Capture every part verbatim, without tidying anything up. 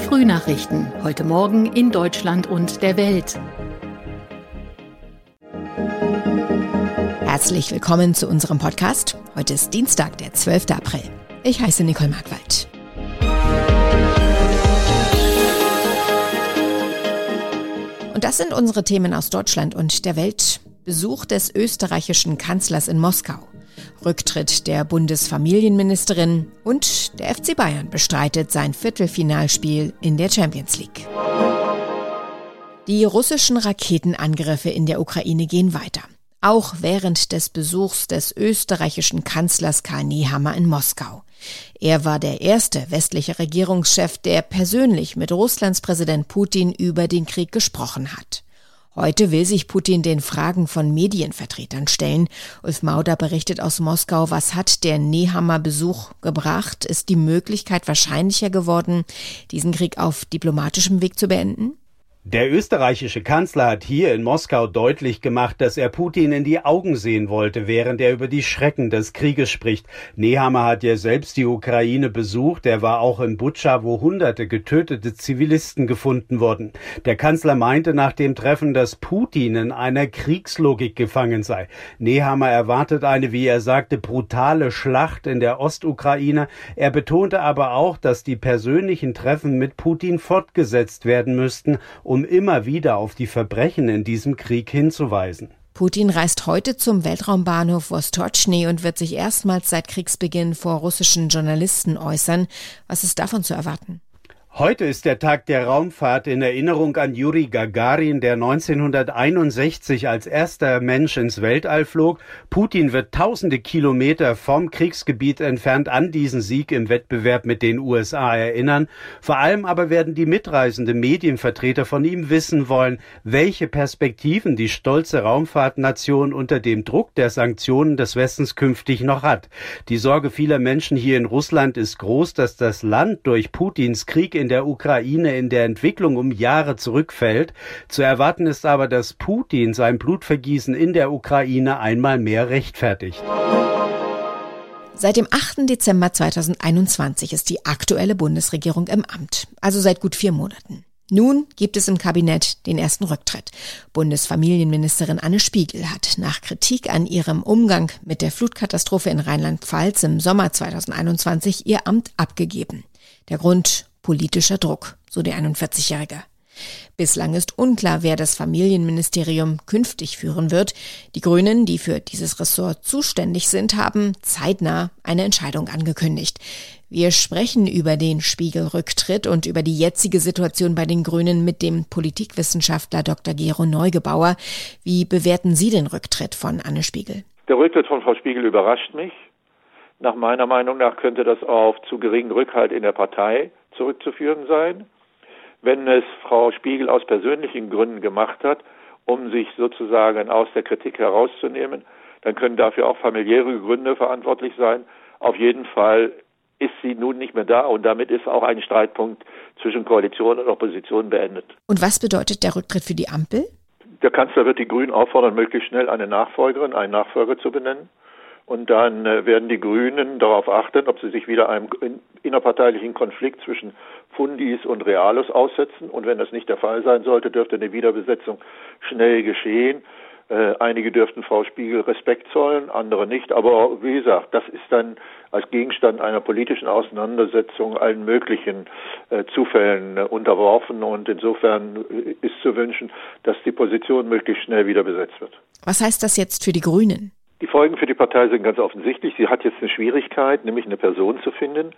Frühnachrichten. Heute Morgen in Deutschland und der Welt. Herzlich willkommen zu unserem Podcast. Heute ist Dienstag, der zwölfte April. Ich heiße Nicole Markwald. Und das sind unsere Themen aus Deutschland und der Welt. Besuch des österreichischen Kanzlers in Moskau. Rücktritt der Bundesfamilienministerin und der F C Bayern bestreitet sein Viertelfinalspiel in der Champions League. Die russischen Raketenangriffe in der Ukraine gehen weiter. Auch während des Besuchs des österreichischen Kanzlers Karl Nehammer in Moskau. Er war der erste westliche Regierungschef, der persönlich mit Russlands Präsident Putin über den Krieg gesprochen hat. Heute will sich Putin den Fragen von Medienvertretern stellen. Ulf Mauder berichtet aus Moskau, was hat der Nehammer-Besuch gebracht? Ist die Möglichkeit wahrscheinlicher geworden, diesen Krieg auf diplomatischem Weg zu beenden? Der österreichische Kanzler hat hier in Moskau deutlich gemacht, dass er Putin in die Augen sehen wollte, während er über die Schrecken des Krieges spricht. Nehammer hat ja selbst die Ukraine besucht. Er war auch in Butscha, wo hunderte getötete Zivilisten gefunden wurden. Der Kanzler meinte nach dem Treffen, dass Putin in einer Kriegslogik gefangen sei. Nehammer erwartet eine, wie er sagte, brutale Schlacht in der Ostukraine. Er betonte aber auch, dass die persönlichen Treffen mit Putin fortgesetzt werden müssten, um immer wieder auf die Verbrechen in diesem Krieg hinzuweisen. Putin reist heute zum Weltraumbahnhof Vostochny und wird sich erstmals seit Kriegsbeginn vor russischen Journalisten äußern. Was ist davon zu erwarten? Heute ist der Tag der Raumfahrt in Erinnerung an Juri Gagarin, der neunzehnhunderteinundsechzig als erster Mensch ins Weltall flog. Putin wird tausende Kilometer vom Kriegsgebiet entfernt an diesen Sieg im Wettbewerb mit den U S A erinnern. Vor allem aber werden die mitreisende Medienvertreter von ihm wissen wollen, welche Perspektiven die stolze Raumfahrtnation unter dem Druck der Sanktionen des Westens künftig noch hat. Die Sorge vieler Menschen hier in Russland ist groß, dass das Land durch Putins Krieg in der Ukraine in der Entwicklung um Jahre zurückfällt. Zu erwarten ist aber, dass Putin sein Blutvergießen in der Ukraine einmal mehr rechtfertigt. Seit dem achten Dezember zweitausendeinundzwanzig ist die aktuelle Bundesregierung im Amt, also seit gut vier Monaten. Nun gibt es im Kabinett den ersten Rücktritt. Bundesfamilienministerin Anne Spiegel hat nach Kritik an ihrem Umgang mit der Flutkatastrophe in Rheinland-Pfalz im Sommer zweitausendeinundzwanzig ihr Amt abgegeben. Der Grund: politischer Druck, so die einundvierzigjährige. Bislang ist unklar, wer das Familienministerium künftig führen wird. Die Grünen, die für dieses Ressort zuständig sind, haben zeitnah eine Entscheidung angekündigt. Wir sprechen über den Spiegel-Rücktritt und über die jetzige Situation bei den Grünen mit dem Politikwissenschaftler Doktor Gero Neugebauer. Wie bewerten Sie den Rücktritt von Anne Spiegel? Der Rücktritt von Frau Spiegel überrascht mich. Nach meiner Meinung nach könnte das auf zu geringen Rückhalt in der Partei zurückzuführen sein. Wenn es Frau Spiegel aus persönlichen Gründen gemacht hat, um sich sozusagen aus der Kritik herauszunehmen, dann können dafür auch familiäre Gründe verantwortlich sein. Auf jeden Fall ist sie nun nicht mehr da und damit ist auch ein Streitpunkt zwischen Koalition und Opposition beendet. Und was bedeutet der Rücktritt für die Ampel? Der Kanzler wird die Grünen auffordern, möglichst schnell eine Nachfolgerin, einen Nachfolger zu benennen. Und dann äh, werden die Grünen darauf achten, ob sie sich wieder einem innerparteilichen Konflikt zwischen Fundis und Realos aussetzen. Und wenn das nicht der Fall sein sollte, dürfte eine Wiederbesetzung schnell geschehen. Äh, einige dürften Frau Spiegel Respekt zollen, andere nicht. Aber wie gesagt, das ist dann als Gegenstand einer politischen Auseinandersetzung allen möglichen äh, Zufällen äh, unterworfen. Und insofern äh, ist zu wünschen, dass die Position möglichst schnell wieder besetzt wird. Was heißt das jetzt für die Grünen? Die Folgen für die Partei sind ganz offensichtlich. Sie hat jetzt eine Schwierigkeit, nämlich eine Person zu finden,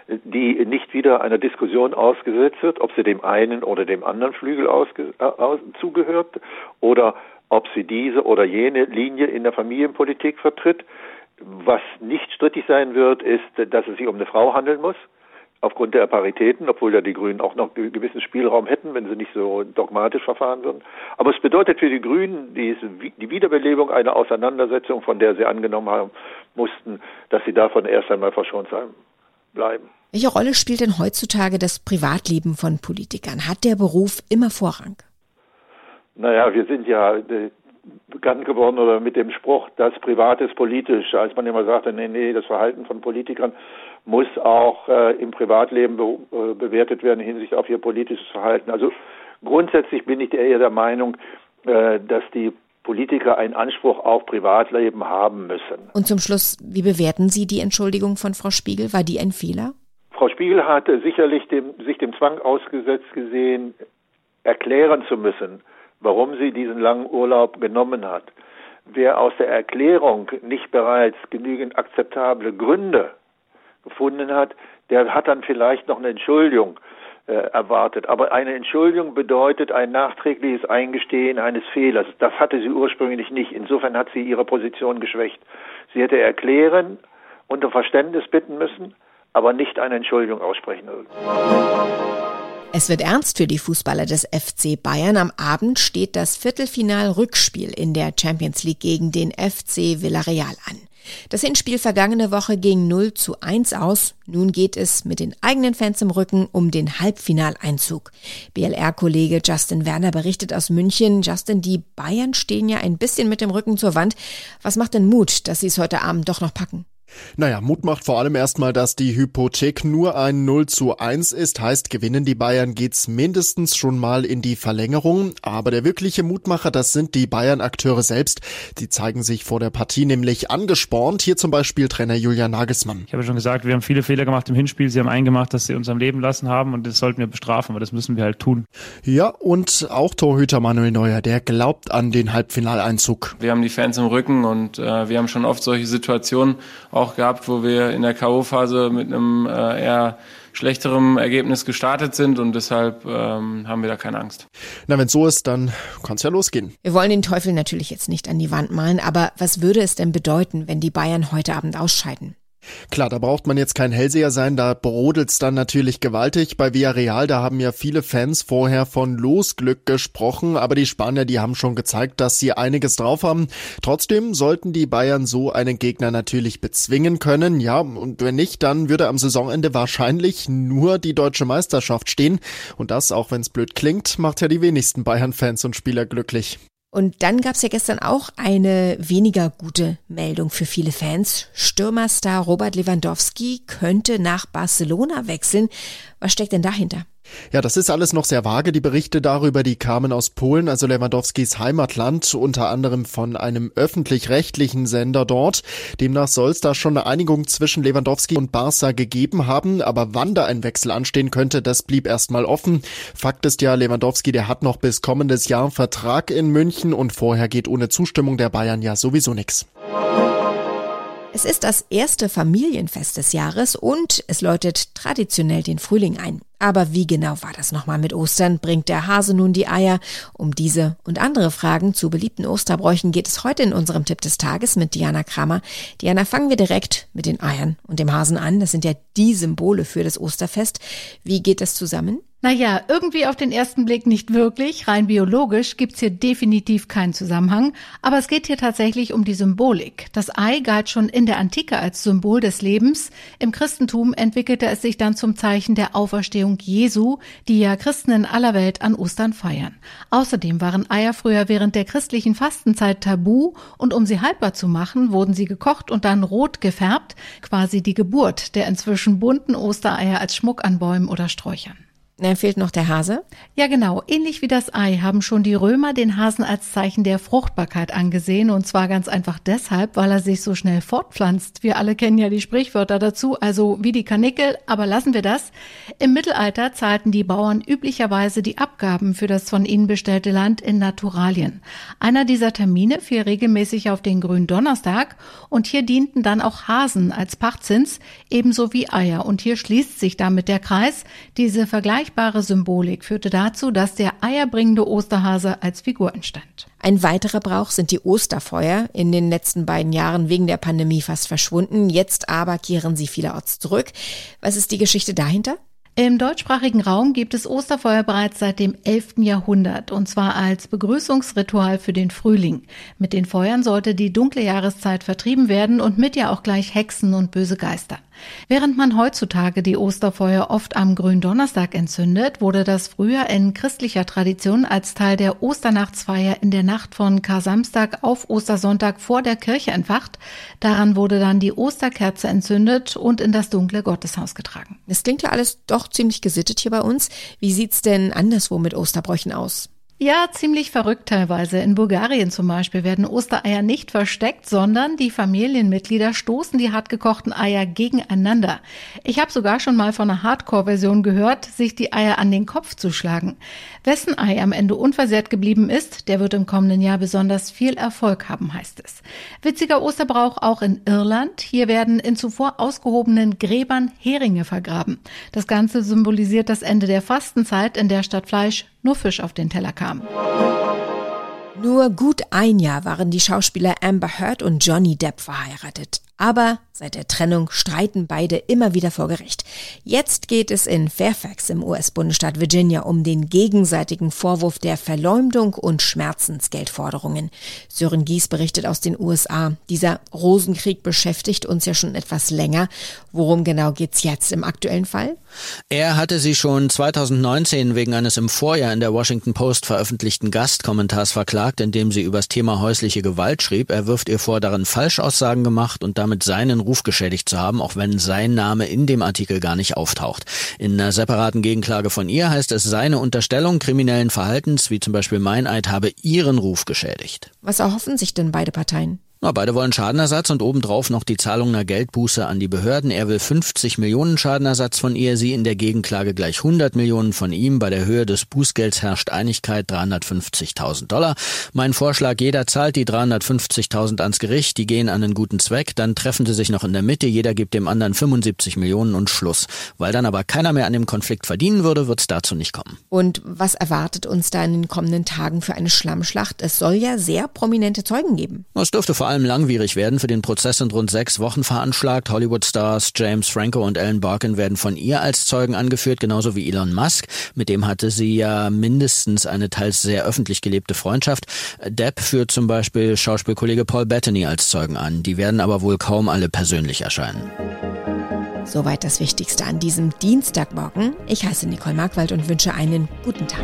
die nicht wieder einer Diskussion ausgesetzt wird, ob sie dem einen oder dem anderen Flügel ausge- äh, aus- zugehört oder ob sie diese oder jene Linie in der Familienpolitik vertritt. Was nicht strittig sein wird, ist, dass es sich um eine Frau handeln muss. Aufgrund der Paritäten, obwohl ja die Grünen auch noch einen gewissen Spielraum hätten, wenn sie nicht so dogmatisch verfahren würden. Aber es bedeutet für die Grünen die, die Wiederbelebung einer Auseinandersetzung, von der sie angenommen haben mussten, dass sie davon erst einmal verschont sein bleiben. Welche Rolle spielt denn heutzutage das Privatleben von Politikern? Hat der Beruf immer Vorrang? Naja, wir sind ja äh, bekannt geworden oder mit dem Spruch, das Privat ist politisch, als man immer sagte, nee, nee, das Verhalten von Politikern muss auch äh, im Privatleben be- äh, bewertet werden hinsichtlich auf ihr politisches Verhalten. Also grundsätzlich bin ich eher der Meinung, äh, dass die Politiker einen Anspruch auf Privatleben haben müssen. Und zum Schluss, wie bewerten Sie die Entschuldigung von Frau Spiegel? War die ein Fehler? Frau Spiegel hatte sicherlich dem, sich dem Zwang ausgesetzt gesehen, erklären zu müssen, warum sie diesen langen Urlaub genommen hat. Wer aus der Erklärung nicht bereits genügend akzeptable Gründe gefunden hat, der hat dann vielleicht noch eine Entschuldigung äh, erwartet. Aber eine Entschuldigung bedeutet ein nachträgliches Eingestehen eines Fehlers. Das hatte sie ursprünglich nicht. Insofern hat sie ihre Position geschwächt. Sie hätte erklären und um Verständnis bitten müssen, aber nicht eine Entschuldigung aussprechen. Es wird ernst für die Fußballer des F C Bayern. Am Abend steht das Viertelfinal-Rückspiel in der Champions League gegen den F C Villarreal an. Das Hinspiel vergangene Woche ging null zu eins aus. Nun geht es mit den eigenen Fans im Rücken um den Halbfinaleinzug. B L R-Kollege Justin Werner berichtet aus München. Justin, die Bayern stehen ja ein bisschen mit dem Rücken zur Wand. Was macht denn Mut, dass sie es heute Abend doch noch packen? Naja, Mut macht vor allem erstmal, dass die Hypothek nur ein null zu eins ist. Heißt, gewinnen die Bayern, geht's mindestens schon mal in die Verlängerung. Aber der wirkliche Mutmacher, das sind die Bayern-Akteure selbst. Die zeigen sich vor der Partie nämlich angespornt. Hier zum Beispiel Trainer Julian Nagelsmann. Ich habe schon gesagt, wir haben viele Fehler gemacht im Hinspiel. Sie haben einen gemacht, dass sie uns am Leben lassen haben. Und das sollten wir bestrafen, aber das müssen wir halt tun. Ja, und auch Torhüter Manuel Neuer, der glaubt an den Halbfinaleinzug. Wir haben die Fans im Rücken und äh, wir haben schon oft solche Situationen auch gehabt, wo wir in der K O-Phase mit einem äh, eher schlechterem Ergebnis gestartet sind und deshalb ähm, haben wir da keine Angst. Na, wenn so ist, dann kann's ja losgehen. Wir wollen den Teufel natürlich jetzt nicht an die Wand malen, aber was würde es denn bedeuten, wenn die Bayern heute Abend ausscheiden? Klar, da braucht man jetzt kein Hellseher sein, da brodelt's dann natürlich gewaltig. Bei Villarreal, da haben ja viele Fans vorher von Losglück gesprochen, aber die Spanier, die haben schon gezeigt, dass sie einiges drauf haben. Trotzdem sollten die Bayern so einen Gegner natürlich bezwingen können. Ja, und wenn nicht, dann würde am Saisonende wahrscheinlich nur die deutsche Meisterschaft stehen. Und das, auch wenn's blöd klingt, macht ja die wenigsten Bayern-Fans und Spieler glücklich. Und dann gab es ja gestern auch eine weniger gute Meldung für viele Fans. Stürmerstar Robert Lewandowski könnte nach Barcelona wechseln. Was steckt denn dahinter? Ja, das ist alles noch sehr vage. Die Berichte darüber, die kamen aus Polen, also Lewandowskis Heimatland, unter anderem von einem öffentlich-rechtlichen Sender dort. Demnach soll es da schon eine Einigung zwischen Lewandowski und Barca gegeben haben, aber wann da ein Wechsel anstehen könnte, das blieb erstmal offen. Fakt ist ja, Lewandowski, der hat noch bis kommendes Jahr einen Vertrag in München und vorher geht ohne Zustimmung der Bayern ja sowieso nichts. Es ist das erste Familienfest des Jahres und es läutet traditionell den Frühling ein. Aber wie genau war das nochmal mit Ostern? Bringt der Hase nun die Eier? Um diese und andere Fragen zu beliebten Osterbräuchen geht es heute in unserem Tipp des Tages mit Diana Kramer. Diana, fangen wir direkt mit den Eiern und dem Hasen an. Das sind ja die Symbole für das Osterfest. Wie geht das zusammen? Naja, irgendwie auf den ersten Blick nicht wirklich. Rein biologisch gibt's hier definitiv keinen Zusammenhang. Aber es geht hier tatsächlich um die Symbolik. Das Ei galt schon in der Antike als Symbol des Lebens. Im Christentum entwickelte es sich dann zum Zeichen der Auferstehung Jesu, die ja Christen in aller Welt an Ostern feiern. Außerdem waren Eier früher während der christlichen Fastenzeit tabu und um sie haltbar zu machen, wurden sie gekocht und dann rot gefärbt. Quasi die Geburt der inzwischen bunten Ostereier als Schmuck an Bäumen oder Sträuchern. Da fehlt noch der Hase? Ja, genau. Ähnlich wie das Ei haben schon die Römer den Hasen als Zeichen der Fruchtbarkeit angesehen. Und zwar ganz einfach deshalb, weil er sich so schnell fortpflanzt. Wir alle kennen ja die Sprichwörter dazu, also wie die Karnickel, aber lassen wir das. Im Mittelalter zahlten die Bauern üblicherweise die Abgaben für das von ihnen bestellte Land in Naturalien. Einer dieser Termine fiel regelmäßig auf den Gründonnerstag und hier dienten dann auch Hasen als Pachtzins, ebenso wie Eier. Und hier schließt sich damit der Kreis. Diese Vergleich Symbolik führte dazu, dass der eierbringende Osterhase als Figur entstand. Ein weiterer Brauch sind die Osterfeuer, in den letzten beiden Jahren wegen der Pandemie fast verschwunden. Jetzt aber kehren sie vielerorts zurück. Was ist die Geschichte dahinter? Im deutschsprachigen Raum gibt es Osterfeuer bereits seit dem elften Jahrhundert und zwar als Begrüßungsritual für den Frühling. Mit den Feuern sollte die dunkle Jahreszeit vertrieben werden und mit ihr auch gleich Hexen und böse Geister. Während man heutzutage die Osterfeuer oft am Gründonnerstag entzündet, wurde das früher in christlicher Tradition als Teil der Osternachtsfeier in der Nacht von Kar-Samstag auf Ostersonntag vor der Kirche entfacht. Daran wurde dann die Osterkerze entzündet und in das dunkle Gotteshaus getragen. Das klingt ja alles doch ziemlich gesittet hier bei uns. Wie sieht's denn anderswo mit Osterbräuchen aus? Ja, ziemlich verrückt teilweise. In Bulgarien zum Beispiel werden Ostereier nicht versteckt, sondern die Familienmitglieder stoßen die hartgekochten Eier gegeneinander. Ich habe sogar schon mal von einer Hardcore-Version gehört, sich die Eier an den Kopf zu schlagen. Wessen Ei am Ende unversehrt geblieben ist, der wird im kommenden Jahr besonders viel Erfolg haben, heißt es. Witziger Osterbrauch auch in Irland. Hier werden in zuvor ausgehobenen Gräbern Heringe vergraben. Das Ganze symbolisiert das Ende der Fastenzeit, in der statt Fleisch nur Fisch auf den Teller kam. Nur gut ein Jahr waren die Schauspieler Amber Heard und Johnny Depp verheiratet. Aber seit der Trennung streiten beide immer wieder vor Gericht. Jetzt geht es in Fairfax im U S-Bundesstaat Virginia um den gegenseitigen Vorwurf der Verleumdung und Schmerzensgeldforderungen. Sören Gies berichtet aus den U S A. Dieser Rosenkrieg beschäftigt uns ja schon etwas länger. Worum genau geht's jetzt im aktuellen Fall? Er hatte sie schon zweitausendneunzehn wegen eines im Vorjahr in der Washington Post veröffentlichten Gastkommentars verklagt, in dem sie über das Thema häusliche Gewalt schrieb. Er wirft ihr vor, darin Falschaussagen gemacht und damit seinen Ruf geschädigt zu haben, auch wenn sein Name in dem Artikel gar nicht auftaucht. In einer separaten Gegenklage von ihr heißt es, seine Unterstellung kriminellen Verhaltens, wie zum Beispiel Meineid, habe ihren Ruf geschädigt. Was erhoffen sich denn beide Parteien? Na, beide wollen Schadenersatz und obendrauf noch die Zahlung einer Geldbuße an die Behörden. Er will fünfzig Millionen Schadenersatz von ihr, sie in der Gegenklage gleich hundert Millionen von ihm. Bei der Höhe des Bußgelds herrscht Einigkeit, dreihundertfünfzigtausend Dollar. Mein Vorschlag, jeder zahlt die dreihundertfünfzigtausend ans Gericht, die gehen an einen guten Zweck, dann treffen sie sich noch in der Mitte, jeder gibt dem anderen fünfundsiebzig Millionen und Schluss. Weil dann aber keiner mehr an dem Konflikt verdienen würde, wird es dazu nicht kommen. Und was erwartet uns da in den kommenden Tagen für eine Schlammschlacht? Es soll ja sehr prominente Zeugen geben. Es dürfte vor allem langwierig werden. Für den Prozess sind rund sechs Wochen veranschlagt. Hollywood-Stars James Franco und Alan Barkin werden von ihr als Zeugen angeführt, genauso wie Elon Musk. Mit dem hatte sie ja mindestens eine teils sehr öffentlich gelebte Freundschaft. Depp führt zum Beispiel Schauspielkollege Paul Bettany als Zeugen an. Die werden aber wohl kaum alle persönlich erscheinen. Soweit das Wichtigste an diesem Dienstagmorgen. Ich heiße Nicole Markwald und wünsche einen guten Tag.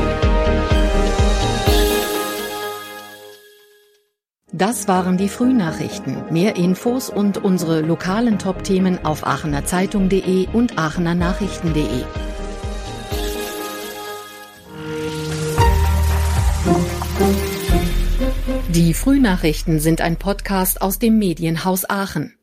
Das waren die Frühnachrichten. Mehr Infos und unsere lokalen Top-Themen auf aachener zeitung punkt de und aachener nachrichten punkt de. Die Frühnachrichten sind ein Podcast aus dem Medienhaus Aachen.